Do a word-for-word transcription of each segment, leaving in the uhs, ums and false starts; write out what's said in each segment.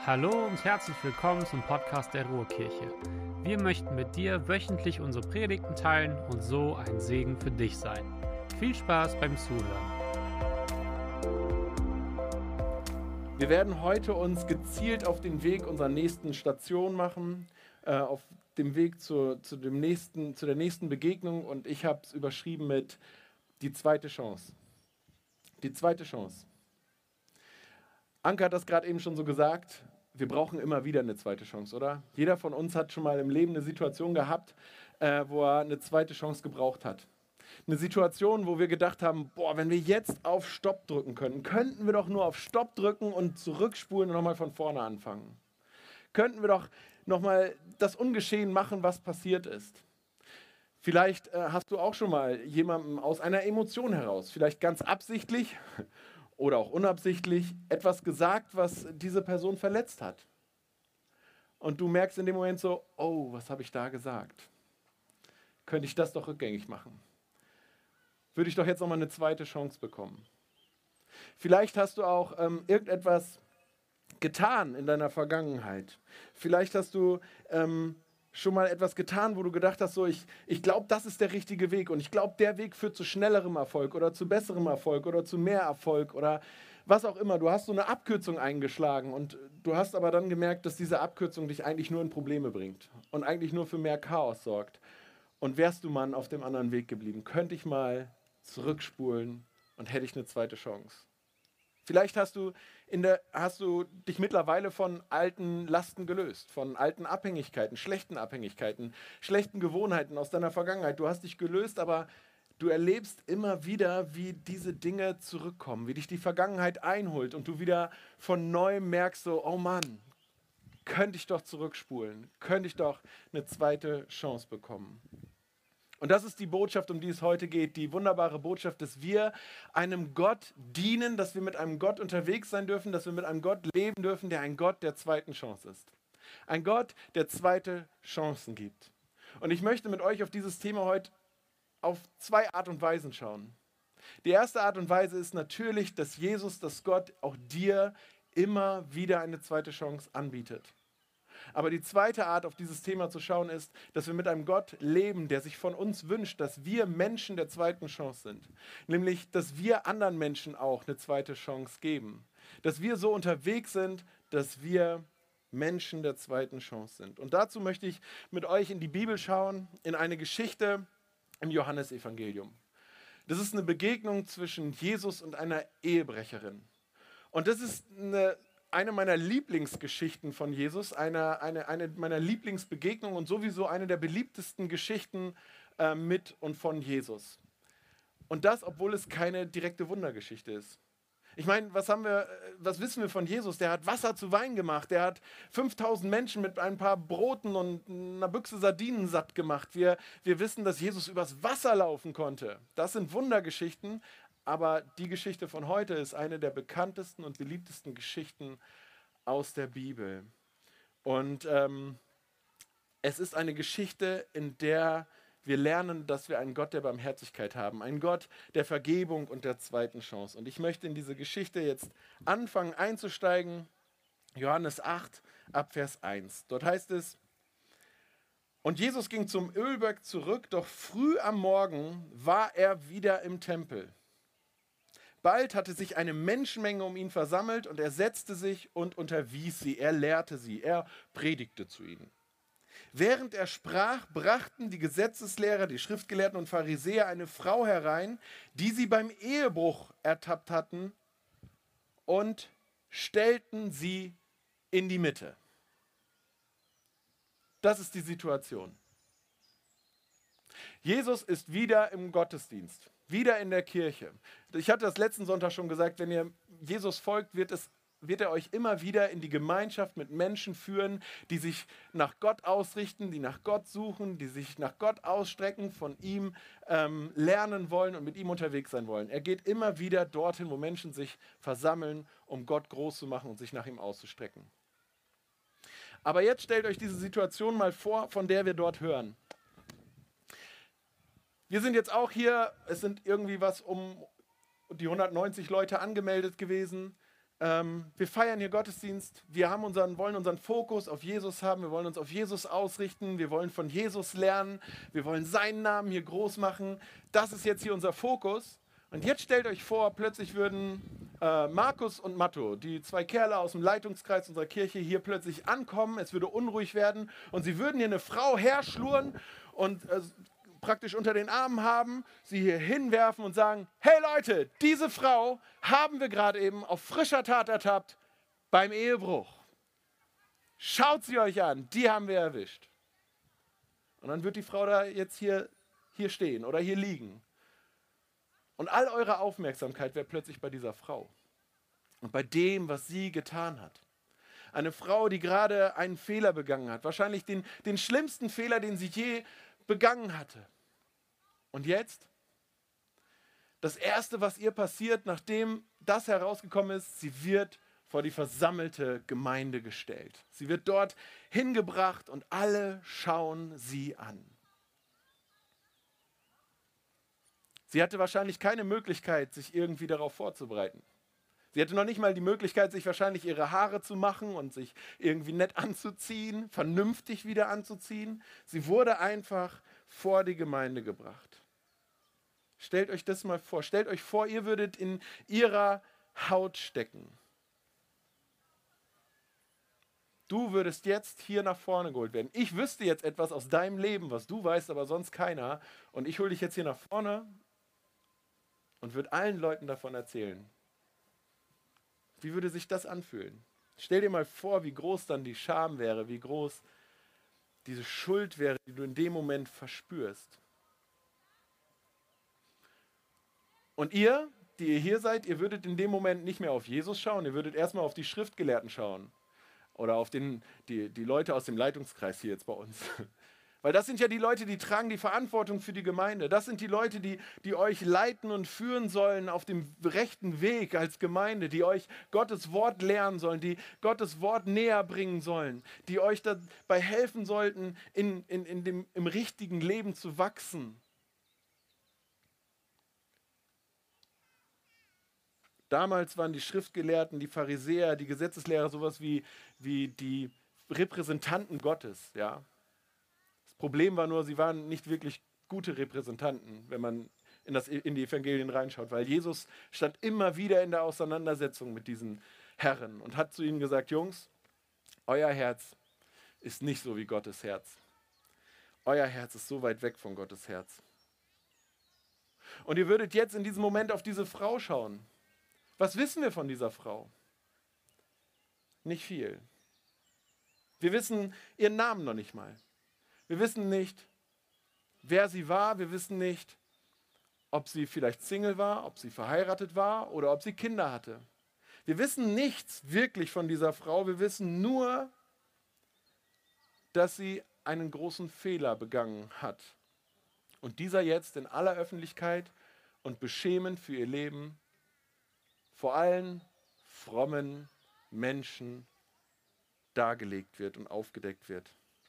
Hallo und herzlich willkommen zum Podcast der Ruhrkirche. Wir möchten mit dir wöchentlich unsere Predigten teilen und so ein Segen für dich sein. Viel Spaß beim Zuhören. Wir werden heute uns gezielt auf den Weg unserer nächsten Station machen, äh, auf dem Weg zu, zu, dem nächsten, zu der nächsten Begegnung, und ich habe es überschrieben mit die zweite Chance. Die zweite Chance. Anke hat das gerade eben schon so gesagt, wir brauchen immer wieder eine zweite Chance, oder? Jeder von uns hat schon mal im Leben eine Situation gehabt, äh, wo er eine zweite Chance gebraucht hat. Eine Situation, wo wir gedacht haben, boah, wenn wir jetzt auf Stopp drücken könnten, könnten wir doch nur auf Stopp drücken und zurückspulen und nochmal von vorne anfangen. Könnten wir doch nochmal das Ungeschehen machen, was passiert ist. Vielleicht äh, hast du auch schon mal jemandem aus einer Emotion heraus, vielleicht ganz absichtlich oder auch unabsichtlich, etwas gesagt, was diese Person verletzt hat. Und du merkst in dem Moment so, oh, was habe ich da gesagt? Könnte ich das doch rückgängig machen? Würde ich doch jetzt nochmal eine zweite Chance bekommen? Vielleicht hast du auch ähm, irgendetwas getan in deiner Vergangenheit. Vielleicht hast du ähm, schon mal etwas getan, wo du gedacht hast, so ich, ich glaube, das ist der richtige Weg und ich glaube, der Weg führt zu schnellerem Erfolg oder zu besserem Erfolg oder zu mehr Erfolg oder was auch immer. Du hast so eine Abkürzung eingeschlagen und du hast aber dann gemerkt, dass diese Abkürzung dich eigentlich nur in Probleme bringt und eigentlich nur für mehr Chaos sorgt. Und wärst du mal auf dem anderen Weg geblieben, könnte ich mal zurückspulen und hätte ich eine zweite Chance. Vielleicht hast du, in der, hast du dich mittlerweile von alten Lasten gelöst, von alten Abhängigkeiten, schlechten Abhängigkeiten, schlechten Gewohnheiten aus deiner Vergangenheit. Du hast dich gelöst, aber du erlebst immer wieder, wie diese Dinge zurückkommen, wie dich die Vergangenheit einholt und du wieder von neuem merkst, so, oh Mann, könnte ich doch zurückspulen, könnte ich doch eine zweite Chance bekommen. Und das ist die Botschaft, um die es heute geht, die wunderbare Botschaft, dass wir einem Gott dienen, dass wir mit einem Gott unterwegs sein dürfen, dass wir mit einem Gott leben dürfen, der ein Gott der zweiten Chance ist. Ein Gott, der zweite Chancen gibt. Und ich möchte mit euch auf dieses Thema heute auf zwei Art und Weisen schauen. Die erste Art und Weise ist natürlich, dass Jesus, dass Gott auch dir immer wieder eine zweite Chance anbietet. Aber die zweite Art, auf dieses Thema zu schauen, ist, dass wir mit einem Gott leben, der sich von uns wünscht, dass wir Menschen der zweiten Chance sind. Nämlich, dass wir anderen Menschen auch eine zweite Chance geben. Dass wir so unterwegs sind, dass wir Menschen der zweiten Chance sind. Und dazu möchte ich mit euch in die Bibel schauen, in eine Geschichte im Johannesevangelium. Das ist eine Begegnung zwischen Jesus und einer Ehebrecherin. Und das ist eine Eine meiner Lieblingsgeschichten von Jesus, eine, eine, eine meiner Lieblingsbegegnungen und sowieso eine der beliebtesten Geschichten äh, mit und von Jesus. Und das, obwohl es keine direkte Wundergeschichte ist. Ich meine, was haben wir, was wissen wir von Jesus? Der hat Wasser zu Wein gemacht, der hat fünftausend Menschen mit ein paar Broten und einer Büchse Sardinen satt gemacht. Wir, wir wissen, dass Jesus übers Wasser laufen konnte. Das sind Wundergeschichten. Aber die Geschichte von heute ist eine der bekanntesten und beliebtesten Geschichten aus der Bibel. Und ähm, es ist eine Geschichte, in der wir lernen, dass wir einen Gott der Barmherzigkeit haben, einen Gott der Vergebung und der zweiten Chance. Und ich möchte in diese Geschichte jetzt anfangen einzusteigen. Johannes acht, ab Vers eins. Dort heißt es: Und Jesus ging zum Ölberg zurück, doch früh am Morgen war er wieder im Tempel. Bald hatte sich eine Menschenmenge um ihn versammelt und er setzte sich und unterwies sie, er lehrte sie, er predigte zu ihnen. Während er sprach, brachten die Gesetzeslehrer, die Schriftgelehrten und Pharisäer eine Frau herein, die sie beim Ehebruch ertappt hatten, und stellten sie in die Mitte. Das ist die Situation. Jesus ist wieder im Gottesdienst. Wieder in der Kirche. Ich hatte das letzten Sonntag schon gesagt, wenn ihr Jesus folgt, wird, es, wird er euch immer wieder in die Gemeinschaft mit Menschen führen, die sich nach Gott ausrichten, die nach Gott suchen, die sich nach Gott ausstrecken, von ihm ähm, lernen wollen und mit ihm unterwegs sein wollen. Er geht immer wieder dorthin, wo Menschen sich versammeln, um Gott groß zu machen und sich nach ihm auszustrecken. Aber jetzt stellt euch diese Situation mal vor, von der wir dort hören. Wir sind jetzt auch hier, es sind irgendwie was um die hundertneunzig Leute angemeldet gewesen. ähm, wir feiern hier Gottesdienst, wir haben unseren, wollen unseren Fokus auf Jesus haben, wir wollen uns auf Jesus ausrichten, wir wollen von Jesus lernen, wir wollen seinen Namen hier groß machen. Das ist jetzt hier unser Fokus. Und jetzt stellt euch vor, plötzlich würden äh, Markus und Matto, die zwei Kerle aus dem Leitungskreis unserer Kirche, hier plötzlich ankommen, es würde unruhig werden und sie würden hier eine Frau herschluren und äh, praktisch unter den Armen haben, sie hier hinwerfen und sagen, hey Leute, diese Frau haben wir gerade eben auf frischer Tat ertappt beim Ehebruch. Schaut sie euch an, die haben wir erwischt. Und dann wird die Frau da jetzt hier, hier stehen oder hier liegen. Und all eure Aufmerksamkeit wäre plötzlich bei dieser Frau und bei dem, was sie getan hat. Eine Frau, die gerade einen Fehler begangen hat, wahrscheinlich den, den schlimmsten Fehler, den sie je begangen hatte. Und jetzt, das Erste, was ihr passiert, nachdem das herausgekommen ist, sie wird vor die versammelte Gemeinde gestellt. Sie wird dort hingebracht und alle schauen sie an. Sie hatte wahrscheinlich keine Möglichkeit, sich irgendwie darauf vorzubereiten. Sie hatte noch nicht mal die Möglichkeit, sich wahrscheinlich ihre Haare zu machen und sich irgendwie nett anzuziehen, vernünftig wieder anzuziehen. Sie wurde einfach vor die Gemeinde gebracht. Stellt euch das mal vor. Stellt euch vor, ihr würdet in ihrer Haut stecken. Du würdest jetzt hier nach vorne geholt werden. Ich wüsste jetzt etwas aus deinem Leben, was du weißt, aber sonst keiner. Und ich hole dich jetzt hier nach vorne und würde allen Leuten davon erzählen. Wie würde sich das anfühlen? Stell dir mal vor, wie groß dann die Scham wäre, wie groß diese Schuld wäre, die du in dem Moment verspürst. Und ihr, die ihr hier seid, ihr würdet in dem Moment nicht mehr auf Jesus schauen, ihr würdet erstmal auf die Schriftgelehrten schauen. Oder auf den, die, die Leute aus dem Leitungskreis hier jetzt bei uns. Weil das sind ja die Leute, die tragen die Verantwortung für die Gemeinde. Das sind die Leute, die, die euch leiten und führen sollen auf dem rechten Weg als Gemeinde, die euch Gottes Wort lehren sollen, die Gottes Wort näher bringen sollen, die euch dabei helfen sollten, in, in, in dem, im richtigen Leben zu wachsen. Damals waren die Schriftgelehrten, die Pharisäer, die Gesetzeslehrer sowas wie, wie die Repräsentanten Gottes, ja. Das Problem war nur, sie waren nicht wirklich gute Repräsentanten, wenn man in, das, in die Evangelien reinschaut, weil Jesus stand immer wieder in der Auseinandersetzung mit diesen Herren und hat zu ihnen gesagt, Jungs, euer Herz ist nicht so wie Gottes Herz. Euer Herz ist so weit weg von Gottes Herz. Und ihr würdet jetzt in diesem Moment auf diese Frau schauen. Was wissen wir von dieser Frau? Nicht viel. Wir wissen ihren Namen noch nicht mal. Wir wissen nicht, wer sie war. Wir wissen nicht, ob sie vielleicht Single war, ob sie verheiratet war oder ob sie Kinder hatte. Wir wissen nichts wirklich von dieser Frau. Wir wissen nur, dass sie einen großen Fehler begangen hat. Und dieser jetzt in aller Öffentlichkeit und beschämend für ihr Leben vor allen frommen Menschen dargelegt wird und aufgedeckt wird.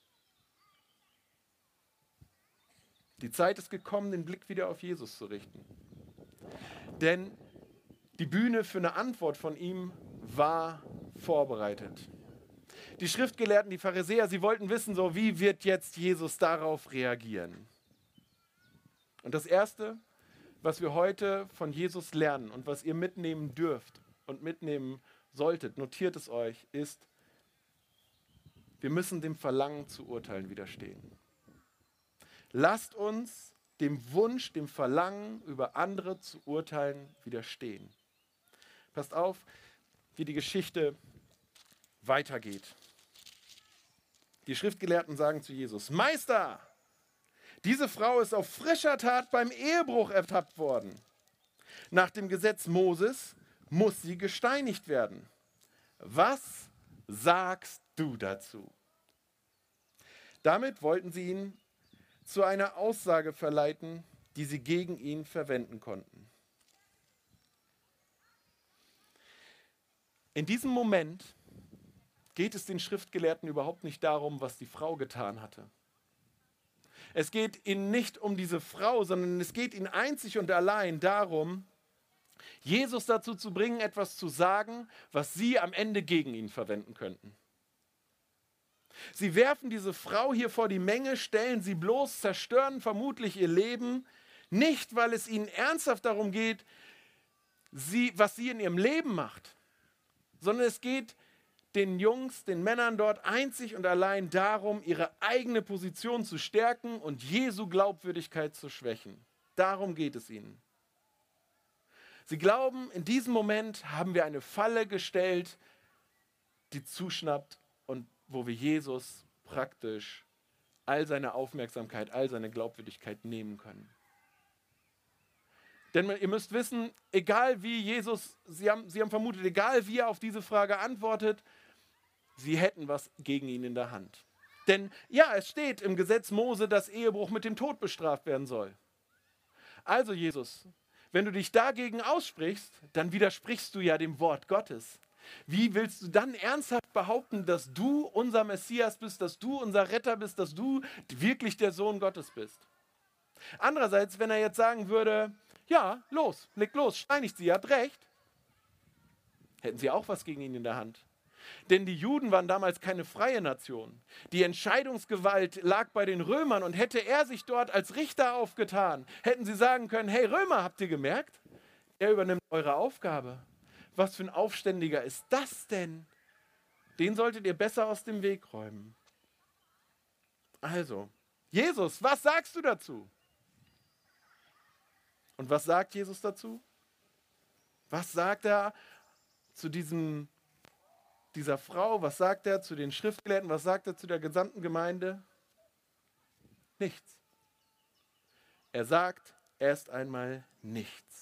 Die Zeit ist gekommen, den Blick wieder auf Jesus zu richten. Denn die Bühne für eine Antwort von ihm war vorbereitet. Die Schriftgelehrten, die Pharisäer, sie wollten wissen, so wie wird jetzt Jesus darauf reagieren? Und das Erste, was wir heute von Jesus lernen und was ihr mitnehmen dürft und mitnehmen solltet, notiert es euch, ist, wir müssen dem Verlangen zu urteilen widerstehen. Lasst uns dem Wunsch, dem Verlangen, über andere zu urteilen, widerstehen. Passt auf, wie die Geschichte weitergeht. Die Schriftgelehrten sagen zu Jesus, Meister, diese Frau ist auf frischer Tat beim Ehebruch ertappt worden. Nach dem Gesetz Moses muss sie gesteinigt werden. Was sagst du dazu? Damit wollten sie ihn zu einer Aussage verleiten, die sie gegen ihn verwenden konnten. In diesem Moment geht es den Schriftgelehrten überhaupt nicht darum, was die Frau getan hatte. Es geht ihnen nicht um diese Frau, sondern es geht ihnen einzig und allein darum, Jesus dazu zu bringen, etwas zu sagen, was sie am Ende gegen ihn verwenden könnten. Sie werfen diese Frau hier vor die Menge, stellen sie bloß, zerstören vermutlich ihr Leben, nicht weil es ihnen ernsthaft darum geht, sie, was sie in ihrem Leben macht, sondern es geht den Jungs, den Männern dort einzig und allein darum, ihre eigene Position zu stärken und Jesu Glaubwürdigkeit zu schwächen. Darum geht es ihnen. Sie glauben, in diesem Moment haben wir eine Falle gestellt, die zuschnappt und wo wir Jesus praktisch all seine Aufmerksamkeit, all seine Glaubwürdigkeit nehmen können. Denn ihr müsst wissen, egal wie Jesus, sie haben, sie haben vermutet, egal wie er auf diese Frage antwortet, sie hätten was gegen ihn in der Hand. Denn ja, es steht im Gesetz Mose, dass Ehebruch mit dem Tod bestraft werden soll. Also Jesus, wenn du dich dagegen aussprichst, dann widersprichst du ja dem Wort Gottes. Wie willst du dann ernsthaft behaupten, dass du unser Messias bist, dass du unser Retter bist, dass du wirklich der Sohn Gottes bist? Andererseits, wenn er jetzt sagen würde, ja, los, leg los, steinigt sie, ihr habt recht, hätten sie auch was gegen ihn in der Hand. Denn die Juden waren damals keine freie Nation. Die Entscheidungsgewalt lag bei den Römern und hätte er sich dort als Richter aufgetan, hätten sie sagen können, hey Römer, habt ihr gemerkt? Er übernimmt eure Aufgabe. Was für ein Aufständiger ist das denn? Den solltet ihr besser aus dem Weg räumen. Also, Jesus, was sagst du dazu? Und was sagt Jesus dazu? Was sagt er zu diesem, dieser Frau? Was sagt er zu den Schriftgelehrten? Was sagt er zu der gesamten Gemeinde? Nichts. Er sagt erst einmal nichts.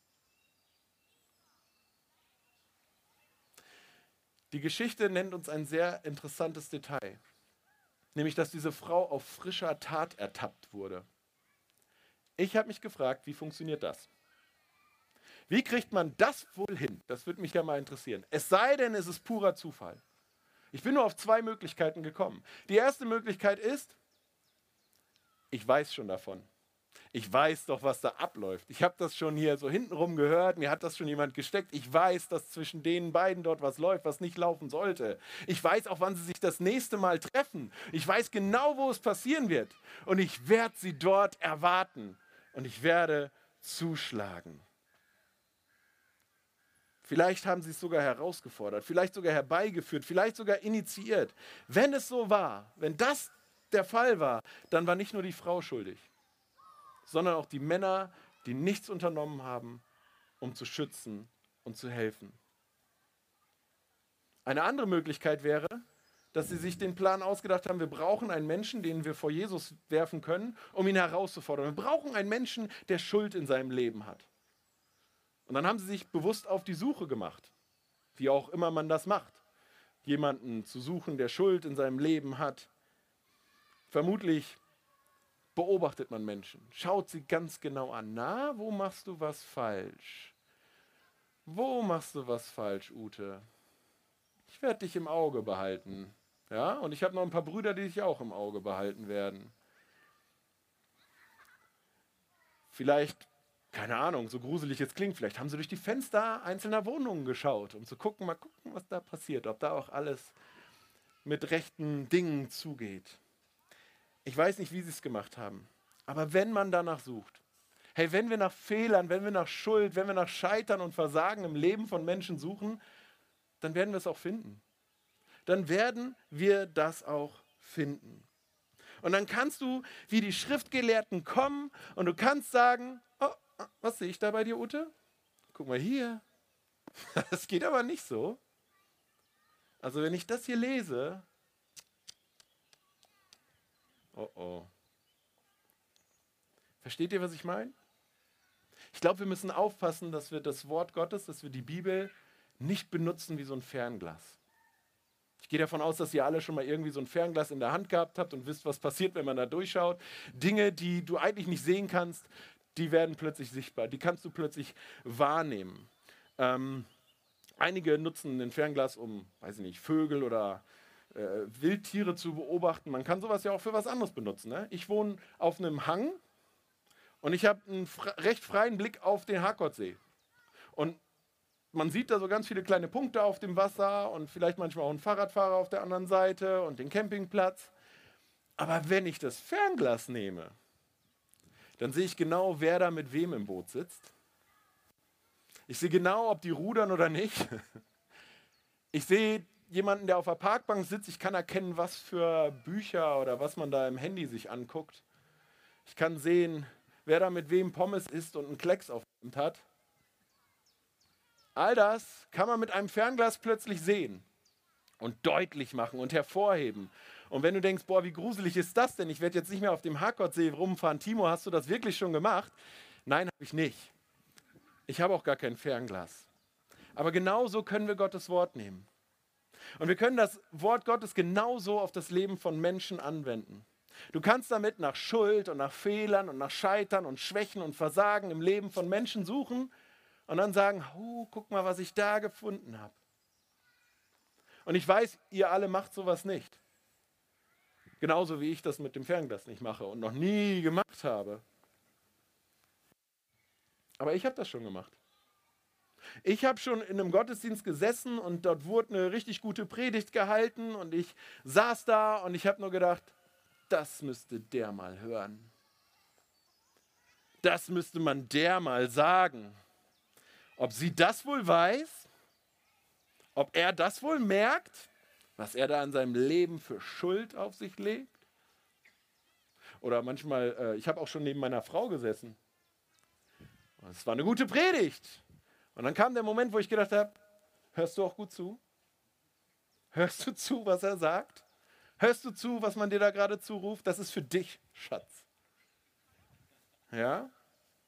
Die Geschichte nennt uns ein sehr interessantes Detail, nämlich dass diese Frau auf frischer Tat ertappt wurde. Ich habe mich gefragt, wie funktioniert das? Wie kriegt man das wohl hin? Das würde mich ja mal interessieren. Es sei denn, es ist purer Zufall. Ich bin nur auf zwei Möglichkeiten gekommen. Die erste Möglichkeit ist, ich weiß schon davon. Ich weiß doch, was da abläuft. Ich habe das schon hier so hintenrum gehört, mir hat das schon jemand gesteckt. Ich weiß, dass zwischen den beiden dort was läuft, was nicht laufen sollte. Ich weiß auch, wann sie sich das nächste Mal treffen. Ich weiß genau, wo es passieren wird. Und ich werde sie dort erwarten. Und ich werde zuschlagen. Vielleicht haben sie es sogar herausgefordert, vielleicht sogar herbeigeführt, vielleicht sogar initiiert. Wenn es so war, wenn das der Fall war, dann war nicht nur die Frau schuldig, sondern auch die Männer, die nichts unternommen haben, um zu schützen und zu helfen. Eine andere Möglichkeit wäre, dass sie sich den Plan ausgedacht haben, wir brauchen einen Menschen, den wir vor Jesus werfen können, um ihn herauszufordern. Wir brauchen einen Menschen, der Schuld in seinem Leben hat. Und dann haben sie sich bewusst auf die Suche gemacht, wie auch immer man das macht. Jemanden zu suchen, der Schuld in seinem Leben hat. Vermutlich beobachtet man Menschen, schaut sie ganz genau an. Na, wo machst du was falsch? Wo machst du was falsch, Ute? Ich werde dich im Auge behalten. Ja, und ich habe noch ein paar Brüder, die dich auch im Auge behalten werden. Vielleicht, keine Ahnung, so gruselig es klingt, vielleicht haben sie durch die Fenster einzelner Wohnungen geschaut, um zu gucken, mal gucken, was da passiert, ob da auch alles mit rechten Dingen zugeht. Ich weiß nicht, wie sie es gemacht haben, aber wenn man danach sucht, hey, wenn wir nach Fehlern, wenn wir nach Schuld, wenn wir nach Scheitern und Versagen im Leben von Menschen suchen, dann werden wir es auch finden. Dann werden wir das auch finden. Und dann kannst du wie die Schriftgelehrten kommen und du kannst sagen, oh, was sehe ich da bei dir, Ute? Guck mal hier. Das geht aber nicht so. Also wenn ich das hier lese, oh oh. Versteht ihr, was ich meine? Ich glaube, wir müssen aufpassen, dass wir das Wort Gottes, dass wir die Bibel nicht benutzen wie so ein Fernglas. Ich gehe davon aus, dass ihr alle schon mal irgendwie so ein Fernglas in der Hand gehabt habt und wisst, was passiert, wenn man da durchschaut. Dinge, die du eigentlich nicht sehen kannst, die werden plötzlich sichtbar. Die kannst du plötzlich wahrnehmen. Ähm, einige nutzen ein Fernglas, um, weiß ich nicht, Vögel oder äh, Wildtiere zu beobachten. Man kann sowas ja auch für was anderes benutzen. Ne? Ich wohne auf einem Hang und ich habe einen fre- recht freien Blick auf den Harcourtsee. Und man sieht da so ganz viele kleine Punkte auf dem Wasser und vielleicht manchmal auch einen Fahrradfahrer auf der anderen Seite und den Campingplatz. Aber wenn ich das Fernglas nehme, dann sehe ich genau, wer da mit wem im Boot sitzt. Ich sehe genau, ob die rudern oder nicht. Ich sehe jemanden, der auf der Parkbank sitzt. Ich kann erkennen, was für Bücher oder was man da im Handy sich anguckt. Ich kann sehen, wer da mit wem Pommes isst und einen Klecks auf dem Mund hat. All das kann man mit einem Fernglas plötzlich sehen und deutlich machen und hervorheben. Und wenn du denkst, boah, wie gruselig ist das denn? Ich werde jetzt nicht mehr auf dem Harcourtsee rumfahren. Timo, hast du das wirklich schon gemacht? Nein, habe ich nicht. Ich habe auch gar kein Fernglas. Aber genauso können wir Gottes Wort nehmen. Und wir können das Wort Gottes genauso auf das Leben von Menschen anwenden. Du kannst damit nach Schuld und nach Fehlern und nach Scheitern und Schwächen und Versagen im Leben von Menschen suchen und dann sagen, oh, guck mal, was ich da gefunden habe. Und ich weiß, ihr alle macht sowas nicht. Genauso wie ich das mit dem Fernglas nicht mache und noch nie gemacht habe. Aber ich habe das schon gemacht. Ich habe schon in einem Gottesdienst gesessen und dort wurde eine richtig gute Predigt gehalten und ich saß da und ich habe nur gedacht, das müsste der mal hören. Das müsste man der mal sagen. Ob sie das wohl weiß, ob er das wohl merkt, was er da in seinem Leben für Schuld auf sich legt. Oder manchmal, äh, ich habe auch schon neben meiner Frau gesessen. Es war eine gute Predigt. Und dann kam der Moment, wo ich gedacht habe, hörst du auch gut zu? Hörst du zu, was er sagt? Hörst du zu, was man dir da gerade zuruft? Das ist für dich, Schatz. Ja?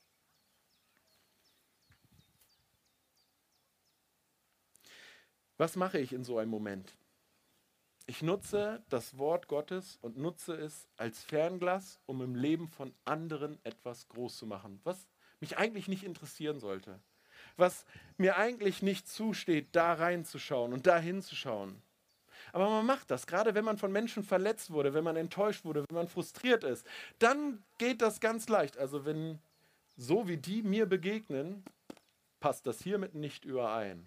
Was mache ich in so einem Moment? Ich nutze das Wort Gottes und nutze es als Fernglas, um im Leben von anderen etwas groß zu machen, was mich eigentlich nicht interessieren sollte. Was mir eigentlich nicht zusteht, da reinzuschauen und da hinzuschauen. Aber man macht das, gerade wenn man von Menschen verletzt wurde, wenn man enttäuscht wurde, wenn man frustriert ist, dann geht das ganz leicht. Also wenn so wie die mir begegnen, passt das hiermit nicht überein.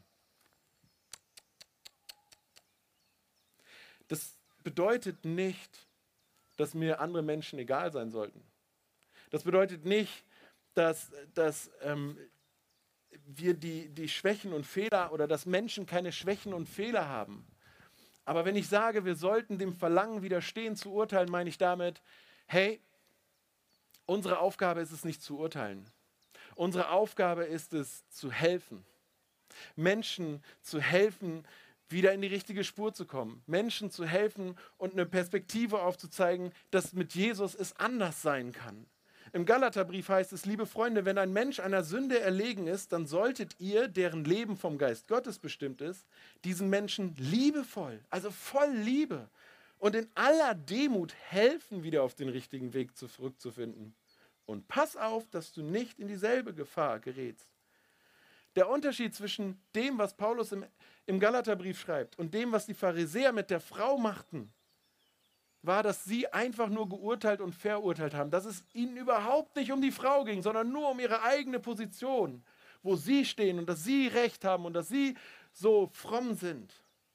Das bedeutet nicht, dass mir andere Menschen egal sein sollten. Das bedeutet nicht, dass, dass ähm, wir die, die Schwächen und Fehler oder dass Menschen keine Schwächen und Fehler haben. Aber wenn ich sage, wir sollten dem Verlangen widerstehen zu urteilen, meine ich damit, hey, unsere Aufgabe ist es nicht zu urteilen. Unsere Aufgabe ist es zu helfen. Menschen zu helfen, wieder in die richtige Spur zu kommen. Menschen zu helfen und eine Perspektive aufzuzeigen, dass mit Jesus es anders sein kann. Im Galaterbrief heißt es, liebe Freunde, wenn ein Mensch einer Sünde erlegen ist, dann solltet ihr, deren Leben vom Geist Gottes bestimmt ist, diesen Menschen liebevoll, also voll Liebe und in aller Demut helfen, wieder auf den richtigen Weg zurückzufinden. Und pass auf, dass du nicht in dieselbe Gefahr gerätst. Der Unterschied zwischen dem, was Paulus im, im Galaterbrief schreibt und dem, was die Pharisäer mit der Frau machten, war, dass sie einfach nur geurteilt und verurteilt haben, dass es ihnen überhaupt nicht um die Frau ging, sondern nur um ihre eigene Position, wo sie stehen und dass sie Recht haben und dass sie so fromm sind.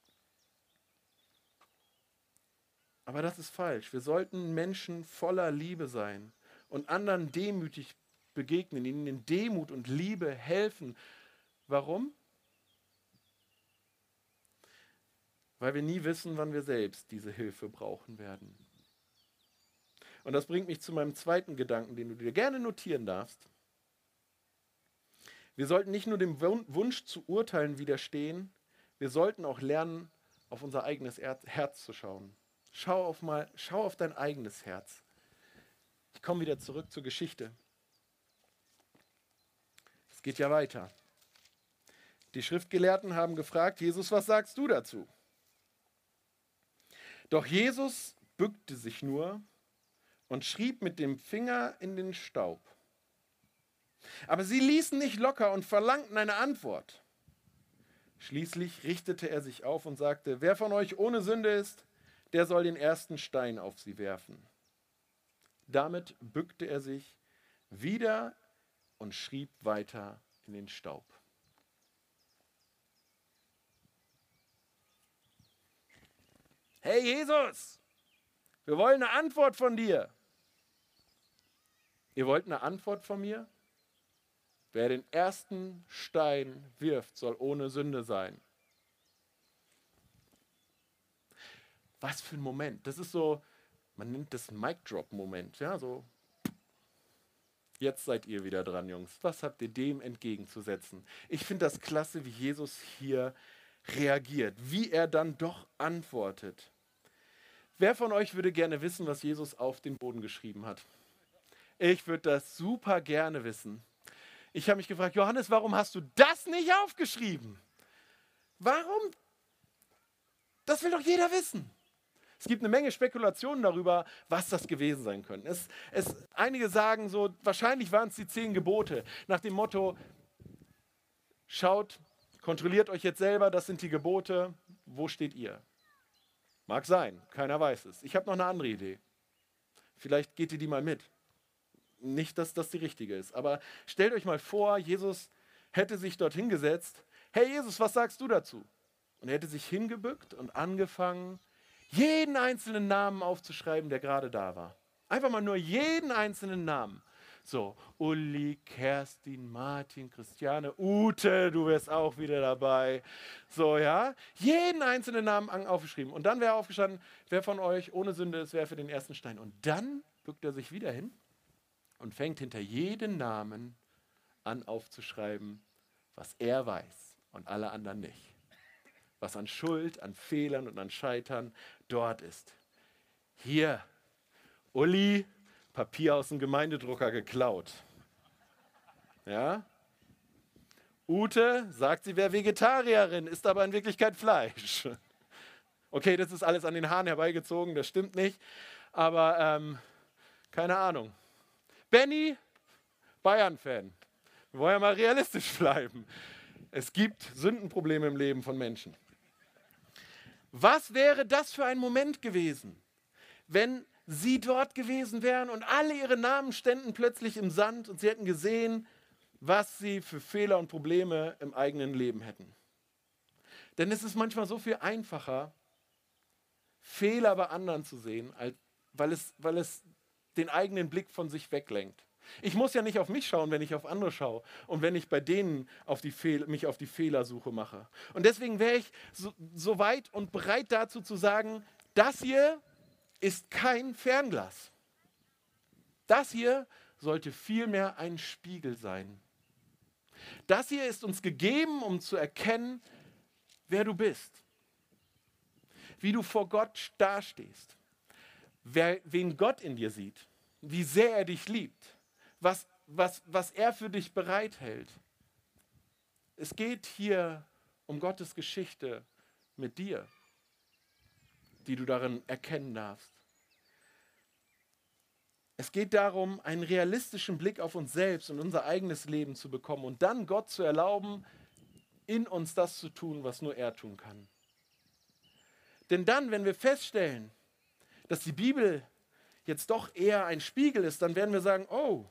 Aber das ist falsch. Wir sollten Menschen voller Liebe sein und anderen demütig begegnen, ihnen in Demut und Liebe helfen. Warum? Weil wir nie wissen, wann wir selbst diese Hilfe brauchen werden. Und das bringt mich zu meinem zweiten Gedanken, den du dir gerne notieren darfst. Wir sollten nicht nur dem Wunsch zu urteilen widerstehen, wir sollten auch lernen, auf unser eigenes Herz zu schauen. Schau auf, mal, schau auf dein eigenes Herz. Ich komme wieder zurück zur Geschichte. Es geht ja weiter. Die Schriftgelehrten haben gefragt, Jesus, was sagst du dazu? Doch Jesus bückte sich nur und schrieb mit dem Finger in den Staub. Aber sie ließen nicht locker und verlangten eine Antwort. Schließlich richtete er sich auf und sagte, wer von euch ohne Sünde ist, der soll den ersten Stein auf sie werfen. Damit bückte er sich wieder und schrieb weiter in den Staub. Hey Jesus, wir wollen eine Antwort von dir. Ihr wollt eine Antwort von mir? Wer den ersten Stein wirft, soll ohne Sünde sein. Was für ein Moment. Das ist so, man nennt das Mic-Drop-Moment. Ja, so. Jetzt seid ihr wieder dran, Jungs. Was habt ihr dem entgegenzusetzen? Ich finde das klasse, wie Jesus hier reagiert, wie er dann doch antwortet. Wer von euch würde gerne wissen, was Jesus auf den Boden geschrieben hat? Ich würde das super gerne wissen. Ich habe mich gefragt, Johannes, warum hast du das nicht aufgeschrieben? Warum? Das will doch jeder wissen. Es gibt eine Menge Spekulationen darüber, was das gewesen sein könnte. Es, es, einige sagen so, wahrscheinlich waren es die zehn Gebote, nach dem Motto, schaut, kontrolliert euch jetzt selber, das sind die Gebote, wo steht ihr? Mag sein, keiner weiß es. Ich habe noch eine andere Idee. Vielleicht geht ihr die mal mit. Nicht, dass das die richtige ist, aber stellt euch mal vor, Jesus hätte sich dort hingesetzt. Hey Jesus, was sagst du dazu? Und er hätte sich hingebückt und angefangen, jeden einzelnen Namen aufzuschreiben, der gerade da war. Einfach mal nur jeden einzelnen Namen. So, Uli, Kerstin, Martin, Christiane, Ute, du wärst auch wieder dabei. So, ja, jeden einzelnen Namen aufgeschrieben. Und dann wäre aufgestanden, wer von euch ohne Sünde ist, wer für den ersten Stein. Und dann bückt er sich wieder hin und fängt hinter jedem Namen an aufzuschreiben, was er weiß und alle anderen nicht. Was an Schuld, an Fehlern und an Scheitern dort ist. Hier, Uli, Papier aus dem Gemeindedrucker geklaut. Ja? Ute sagt, sie wäre Vegetarierin, isst aber in Wirklichkeit Fleisch. Okay, das ist alles an den Haaren herbeigezogen, das stimmt nicht. Aber ähm, keine Ahnung. Benny, Bayern-Fan. Wir wollen ja mal realistisch bleiben. Es gibt Sündenprobleme im Leben von Menschen. Was wäre das für ein Moment gewesen, wenn sie dort gewesen wären und alle ihre Namen ständen plötzlich im Sand und sie hätten gesehen, was sie für Fehler und Probleme im eigenen Leben hätten. Denn es ist manchmal so viel einfacher, Fehler bei anderen zu sehen, weil es, weil es den eigenen Blick von sich weglenkt. Ich muss ja nicht auf mich schauen, wenn ich auf andere schaue und wenn ich bei denen auf die Fehl- mich auf die Fehlersuche mache. Und deswegen wäre ich so, so weit und bereit dazu zu sagen, das hier ist kein Fernglas. Das hier sollte vielmehr ein Spiegel sein. Das hier ist uns gegeben, um zu erkennen, wer du bist, wie du vor Gott dastehst, wer, wen Gott in dir sieht, wie sehr er dich liebt. Was, was, was er für dich bereithält. Es geht hier um Gottes Geschichte mit dir, die du darin erkennen darfst. Es geht darum, einen realistischen Blick auf uns selbst und unser eigenes Leben zu bekommen und dann Gott zu erlauben, in uns das zu tun, was nur er tun kann. Denn dann, wenn wir feststellen, dass die Bibel jetzt doch eher ein Spiegel ist, dann werden wir sagen, oh,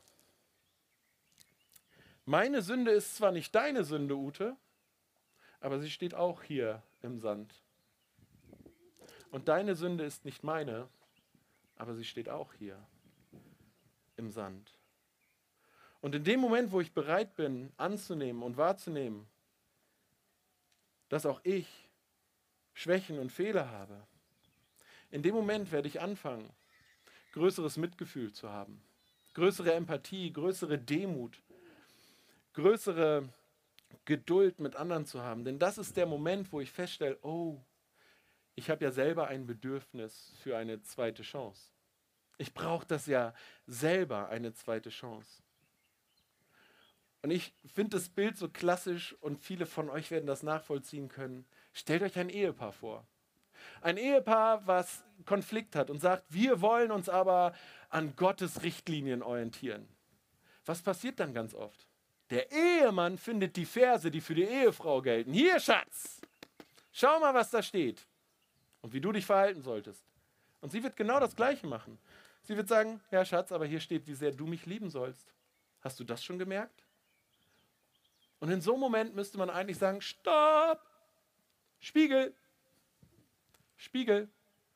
meine Sünde ist zwar nicht deine Sünde, Ute, aber sie steht auch hier im Sand. Und deine Sünde ist nicht meine, aber sie steht auch hier im Sand. Und in dem Moment, wo ich bereit bin, anzunehmen und wahrzunehmen, dass auch ich Schwächen und Fehler habe, in dem Moment werde ich anfangen, größeres Mitgefühl zu haben, größere Empathie, größere Demut, größere Geduld mit anderen zu haben. Denn das ist der Moment, wo ich feststelle, oh, ich habe ja selber ein Bedürfnis für eine zweite Chance. Ich brauche das ja selber, eine zweite Chance. Und ich finde das Bild so klassisch und viele von euch werden das nachvollziehen können. Stellt euch ein Ehepaar vor. Ein Ehepaar, was Konflikt hat und sagt, wir wollen uns aber an Gottes Richtlinien orientieren. Was passiert dann ganz oft? Der Ehemann findet die Verse, die für die Ehefrau gelten. Hier, Schatz, schau mal, was da steht und wie du dich verhalten solltest. Und sie wird genau das Gleiche machen. Sie wird sagen, ja Schatz, aber hier steht, wie sehr du mich lieben sollst. Hast du das schon gemerkt? Und in so einem Moment müsste man eigentlich sagen, stopp, Spiegel, Spiegel,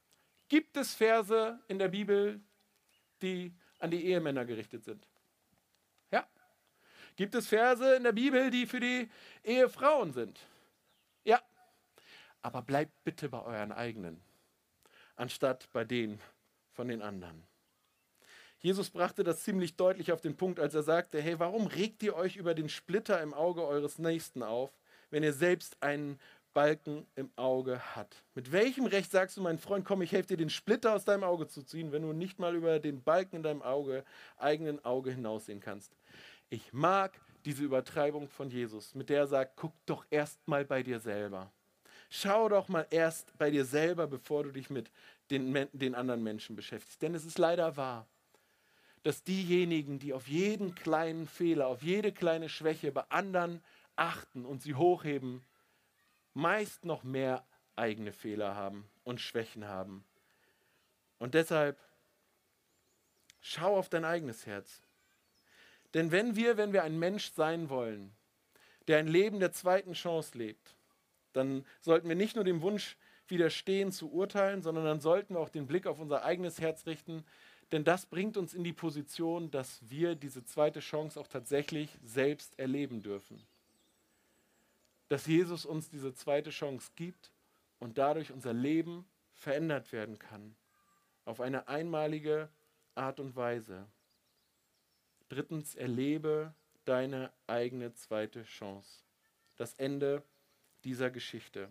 Gibt es Verse in der Bibel, die an die Ehemänner gerichtet sind? Ja. Gibt es Verse in der Bibel, die für die Ehefrauen sind? Ja. Aber bleibt bitte bei euren eigenen, anstatt bei denen von den anderen. Jesus brachte das ziemlich deutlich auf den Punkt, als er sagte, hey, warum regt ihr euch über den Splitter im Auge eures Nächsten auf, wenn ihr selbst einen Balken im Auge habt? Mit welchem Recht sagst du, mein Freund, komm, ich helfe dir, den Splitter aus deinem Auge zu ziehen, wenn du nicht mal über den Balken in deinem Auge, eigenen Auge hinaussehen kannst? Ich mag diese Übertreibung von Jesus, mit der er sagt, guck doch erst mal bei dir selber. Schau doch mal erst bei dir selber, bevor du dich mit den, den anderen Menschen beschäftigst. Denn es ist leider wahr, dass diejenigen, die auf jeden kleinen Fehler, auf jede kleine Schwäche bei anderen achten und sie hochheben, meist noch mehr eigene Fehler haben und Schwächen haben. Und deshalb schau auf dein eigenes Herz. Denn wenn wir, wenn wir ein Mensch sein wollen, der ein Leben der zweiten Chance lebt, dann sollten wir nicht nur dem Wunsch widerstehen zu urteilen, sondern dann sollten wir auch den Blick auf unser eigenes Herz richten, denn das bringt uns in die Position, dass wir diese zweite Chance auch tatsächlich selbst erleben dürfen. Dass Jesus uns diese zweite Chance gibt und dadurch unser Leben verändert werden kann. Auf eine einmalige Art und Weise. Drittens, erlebe deine eigene zweite Chance. Das Ende dieser Geschichte.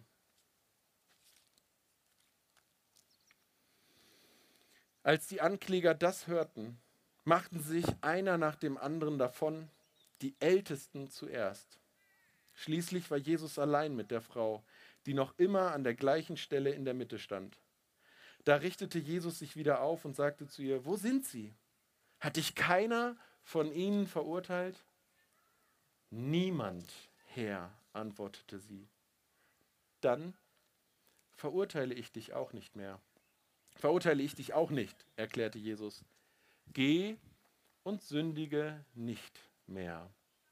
Als die Ankläger das hörten, machten sich einer nach dem anderen davon, die Ältesten zuerst. Schließlich war Jesus allein mit der Frau, die noch immer an der gleichen Stelle in der Mitte stand. Da richtete Jesus sich wieder auf und sagte zu ihr, wo sind sie? Hat dich keiner von ihnen verurteilt? Niemand, Herr, antwortete sie. Dann verurteile ich dich auch nicht mehr. Verurteile ich dich auch nicht, erklärte Jesus. Geh und sündige nicht mehr.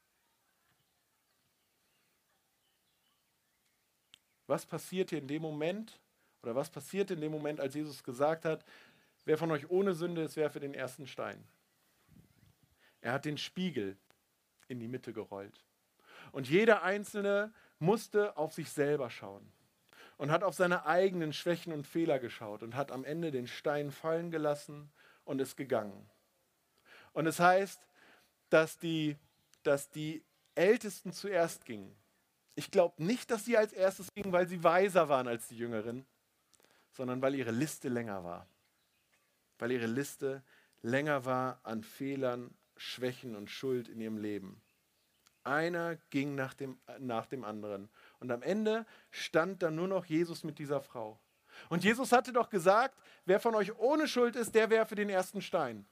Was passierte in dem Moment, oder was passierte in dem Moment, als Jesus gesagt hat, wer von euch ohne Sünde ist, werfe den ersten Stein? Er hat den Spiegel in die Mitte gerollt. Und jeder Einzelne musste auf sich selber schauen und hat auf seine eigenen Schwächen und Fehler geschaut und hat am Ende den Stein fallen gelassen und ist gegangen. Und es heißt, dass die, dass die Ältesten zuerst gingen. Ich glaube nicht, dass sie als erstes gingen, weil sie weiser waren als die Jüngeren, sondern weil ihre Liste länger war. Weil ihre Liste länger war an Fehlern, Schwächen und Schuld in ihrem Leben. Einer ging nach dem, nach dem anderen. Und am Ende stand dann nur noch Jesus mit dieser Frau. Und Jesus hatte doch gesagt, wer von euch ohne Schuld ist, der werfe den ersten Stein.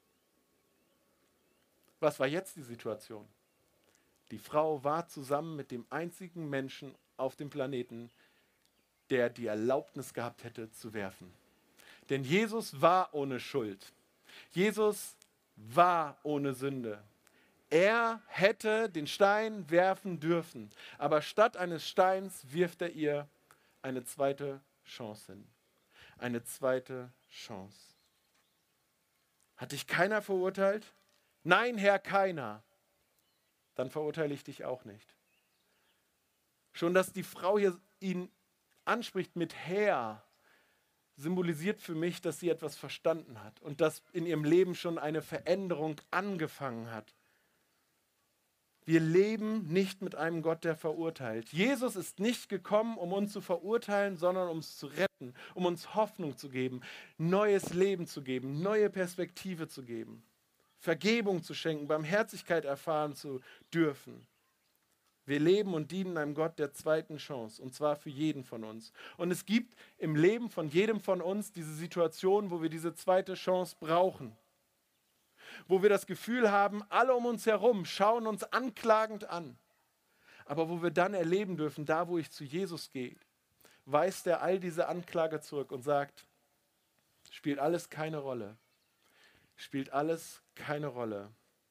Was war jetzt die Situation? Die Frau war zusammen mit dem einzigen Menschen auf dem Planeten, der die Erlaubnis gehabt hätte zu werfen. Denn Jesus war ohne Schuld. Jesus war ohne Sünde. Er hätte den Stein werfen dürfen, aber statt eines Steins wirft er ihr eine zweite Chance hin. Eine zweite Chance. Hat dich keiner verurteilt? Nein, Herr, keiner. Dann verurteile ich dich auch nicht. Schon, dass die Frau hier ihn anspricht mit Herr, symbolisiert für mich, dass sie etwas verstanden hat und dass in ihrem Leben schon eine Veränderung angefangen hat. Wir leben nicht mit einem Gott, der verurteilt. Jesus ist nicht gekommen, um uns zu verurteilen, sondern um uns zu retten, um uns Hoffnung zu geben, neues Leben zu geben, neue Perspektive zu geben, Vergebung zu schenken, Barmherzigkeit erfahren zu dürfen. Wir leben und dienen einem Gott der zweiten Chance, und zwar für jeden von uns. Und es gibt im Leben von jedem von uns diese Situation, wo wir diese zweite Chance brauchen. Wo wir das Gefühl haben, alle um uns herum schauen uns anklagend an. Aber wo wir dann erleben dürfen, da wo ich zu Jesus gehe, weist er all diese Anklage zurück und sagt, spielt alles keine Rolle. Spielt alles keine Rolle.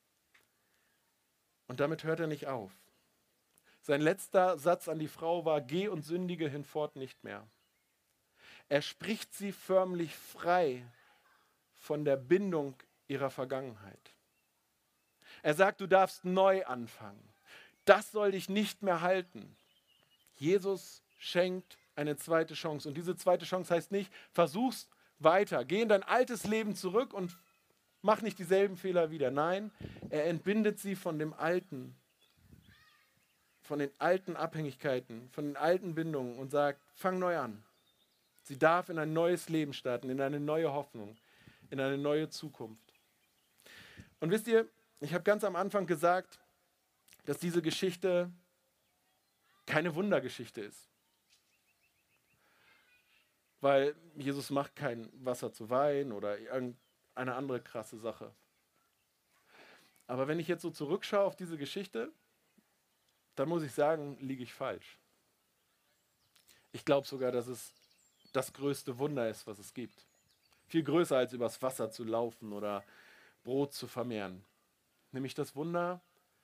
Und damit hört er nicht auf. Sein letzter Satz an die Frau war, geh und sündige hinfort nicht mehr. Er spricht sie förmlich frei von der Bindung ihrer Vergangenheit. Er sagt, du darfst neu anfangen. Das soll dich nicht mehr halten. Jesus schenkt eine zweite Chance. Und diese zweite Chance heißt nicht, versuch's weiter, geh in dein altes Leben zurück und mach nicht dieselben Fehler wieder. Nein, er entbindet sie von dem Alten, von den alten Abhängigkeiten, von den alten Bindungen und sagt, fang neu an. Sie darf in ein neues Leben starten, in eine neue Hoffnung, in eine neue Zukunft. Und wisst ihr, ich habe ganz am Anfang gesagt, dass diese Geschichte keine Wundergeschichte ist. Weil Jesus macht kein Wasser zu Wein oder irgendeine andere krasse Sache. Aber wenn ich jetzt so zurückschaue auf diese Geschichte, dann muss ich sagen, liege ich falsch. Ich glaube sogar, dass es das größte Wunder ist, was es gibt. Viel größer als übers Wasser zu laufen oder Brot zu vermehren. Nämlich das Wunder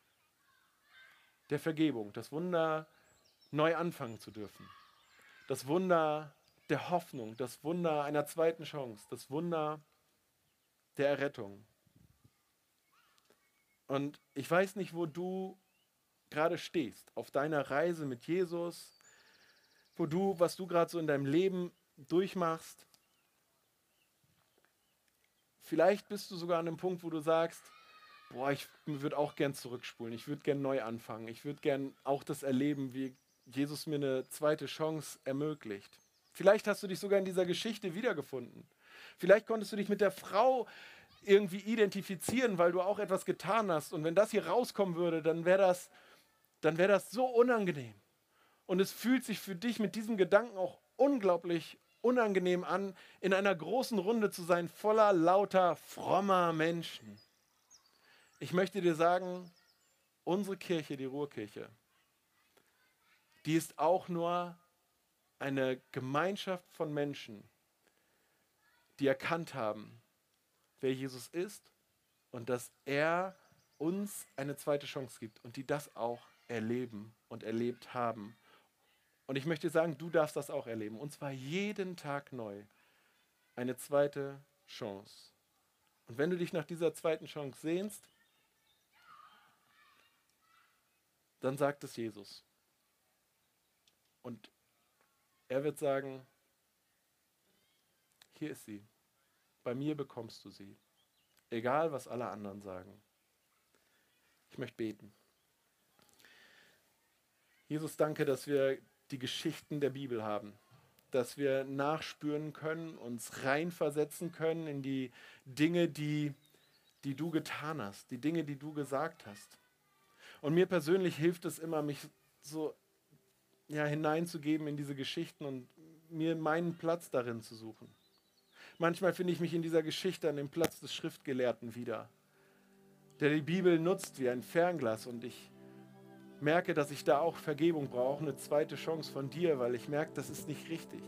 der Vergebung, das Wunder, neu anfangen zu dürfen. Das Wunder der Hoffnung, das Wunder einer zweiten Chance, das Wunder der Errettung. Und ich weiß nicht, wo du gerade stehst, auf deiner Reise mit Jesus, wo du, was du gerade so in deinem Leben durchmachst. Vielleicht bist du sogar an einem Punkt, wo du sagst, boah, ich würde auch gern zurückspulen, ich würde gern neu anfangen, ich würde gern auch das erleben, wie Jesus mir eine zweite Chance ermöglicht. Vielleicht hast du dich sogar in dieser Geschichte wiedergefunden. Vielleicht konntest du dich mit der Frau irgendwie identifizieren, weil du auch etwas getan hast. Und wenn das hier rauskommen würde, dann wäre das, dann wäre das so unangenehm. Und es fühlt sich für dich mit diesem Gedanken auch unglaublich unangenehm an, in einer großen Runde zu sein, voller lauter, frommer Menschen. Ich möchte dir sagen, unsere Kirche, die Ruhrkirche, die ist auch nur eine Gemeinschaft von Menschen, die erkannt haben, wer Jesus ist und dass er uns eine zweite Chance gibt und die das auch erleben und erlebt haben. Und ich möchte sagen, du darfst das auch erleben. Und zwar jeden Tag neu. Eine zweite Chance. Und wenn du dich nach dieser zweiten Chance sehnst, dann sagt es Jesus. Und er wird sagen, hier ist sie. Bei mir bekommst du sie. Egal, was alle anderen sagen. Ich möchte beten. Jesus, danke, dass wir die Geschichten der Bibel haben. Dass wir nachspüren können, uns reinversetzen können in die Dinge, die, die du getan hast. Die Dinge, die du gesagt hast. Und mir persönlich hilft es immer, mich so ja, hineinzugeben in diese Geschichten und mir meinen Platz darin zu suchen. Manchmal finde ich mich in dieser Geschichte an dem Platz des Schriftgelehrten wieder, der die Bibel nutzt wie ein Fernglas und ich merke, dass ich da auch Vergebung brauche, eine zweite Chance von dir, weil ich merke, das ist nicht richtig.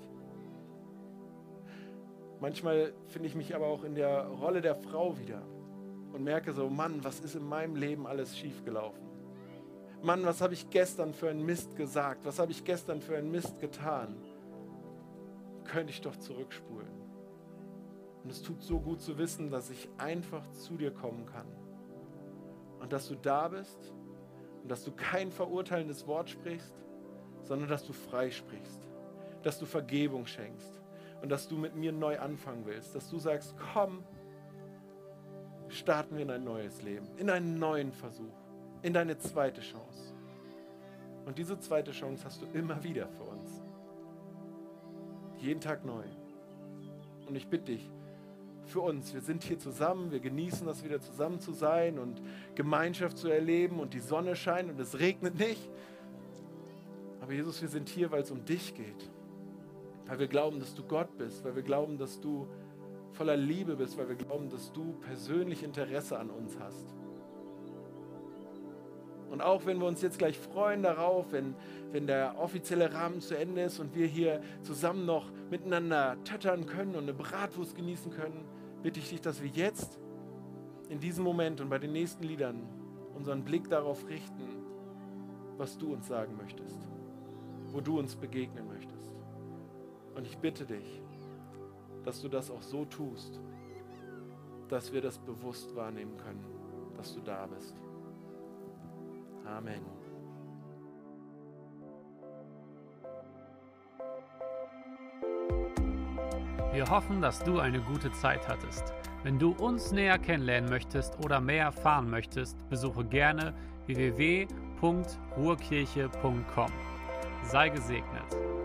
Manchmal finde ich mich aber auch in der Rolle der Frau wieder und merke so, Mann, was ist in meinem Leben alles schiefgelaufen? Mann, was habe ich gestern für einen Mist gesagt? Was habe ich gestern für einen Mist getan? Könnte ich doch zurückspulen. Und es tut so gut zu wissen, dass ich einfach zu dir kommen kann. Und dass du da bist und dass du kein verurteilendes Wort sprichst, sondern dass du frei sprichst. Dass du Vergebung schenkst und dass du mit mir neu anfangen willst. Dass du sagst, komm, starten wir in ein neues Leben, in einen neuen Versuch. In deine zweite Chance. Und diese zweite Chance hast du immer wieder für uns. Jeden Tag neu. Und ich bitte dich, für uns, wir sind hier zusammen, wir genießen das wieder zusammen zu sein und Gemeinschaft zu erleben und die Sonne scheint und es regnet nicht. Aber Jesus, wir sind hier, weil es um dich geht. Weil wir glauben, dass du Gott bist, weil wir glauben, dass du voller Liebe bist, weil wir glauben, dass du persönlich Interesse an uns hast. Und auch wenn wir uns jetzt gleich freuen darauf, wenn, wenn der offizielle Rahmen zu Ende ist und wir hier zusammen noch miteinander töttern können und eine Bratwurst genießen können, bitte ich dich, dass wir jetzt in diesem Moment und bei den nächsten Liedern unseren Blick darauf richten, was du uns sagen möchtest, wo du uns begegnen möchtest. Und ich bitte dich, dass du das auch so tust, dass wir das bewusst wahrnehmen können, dass du da bist. Amen. Wir hoffen, dass du eine gute Zeit hattest. Wenn du uns näher kennenlernen möchtest oder mehr erfahren möchtest, besuche gerne w w w punkt ruhrkirche punkt com. Sei gesegnet.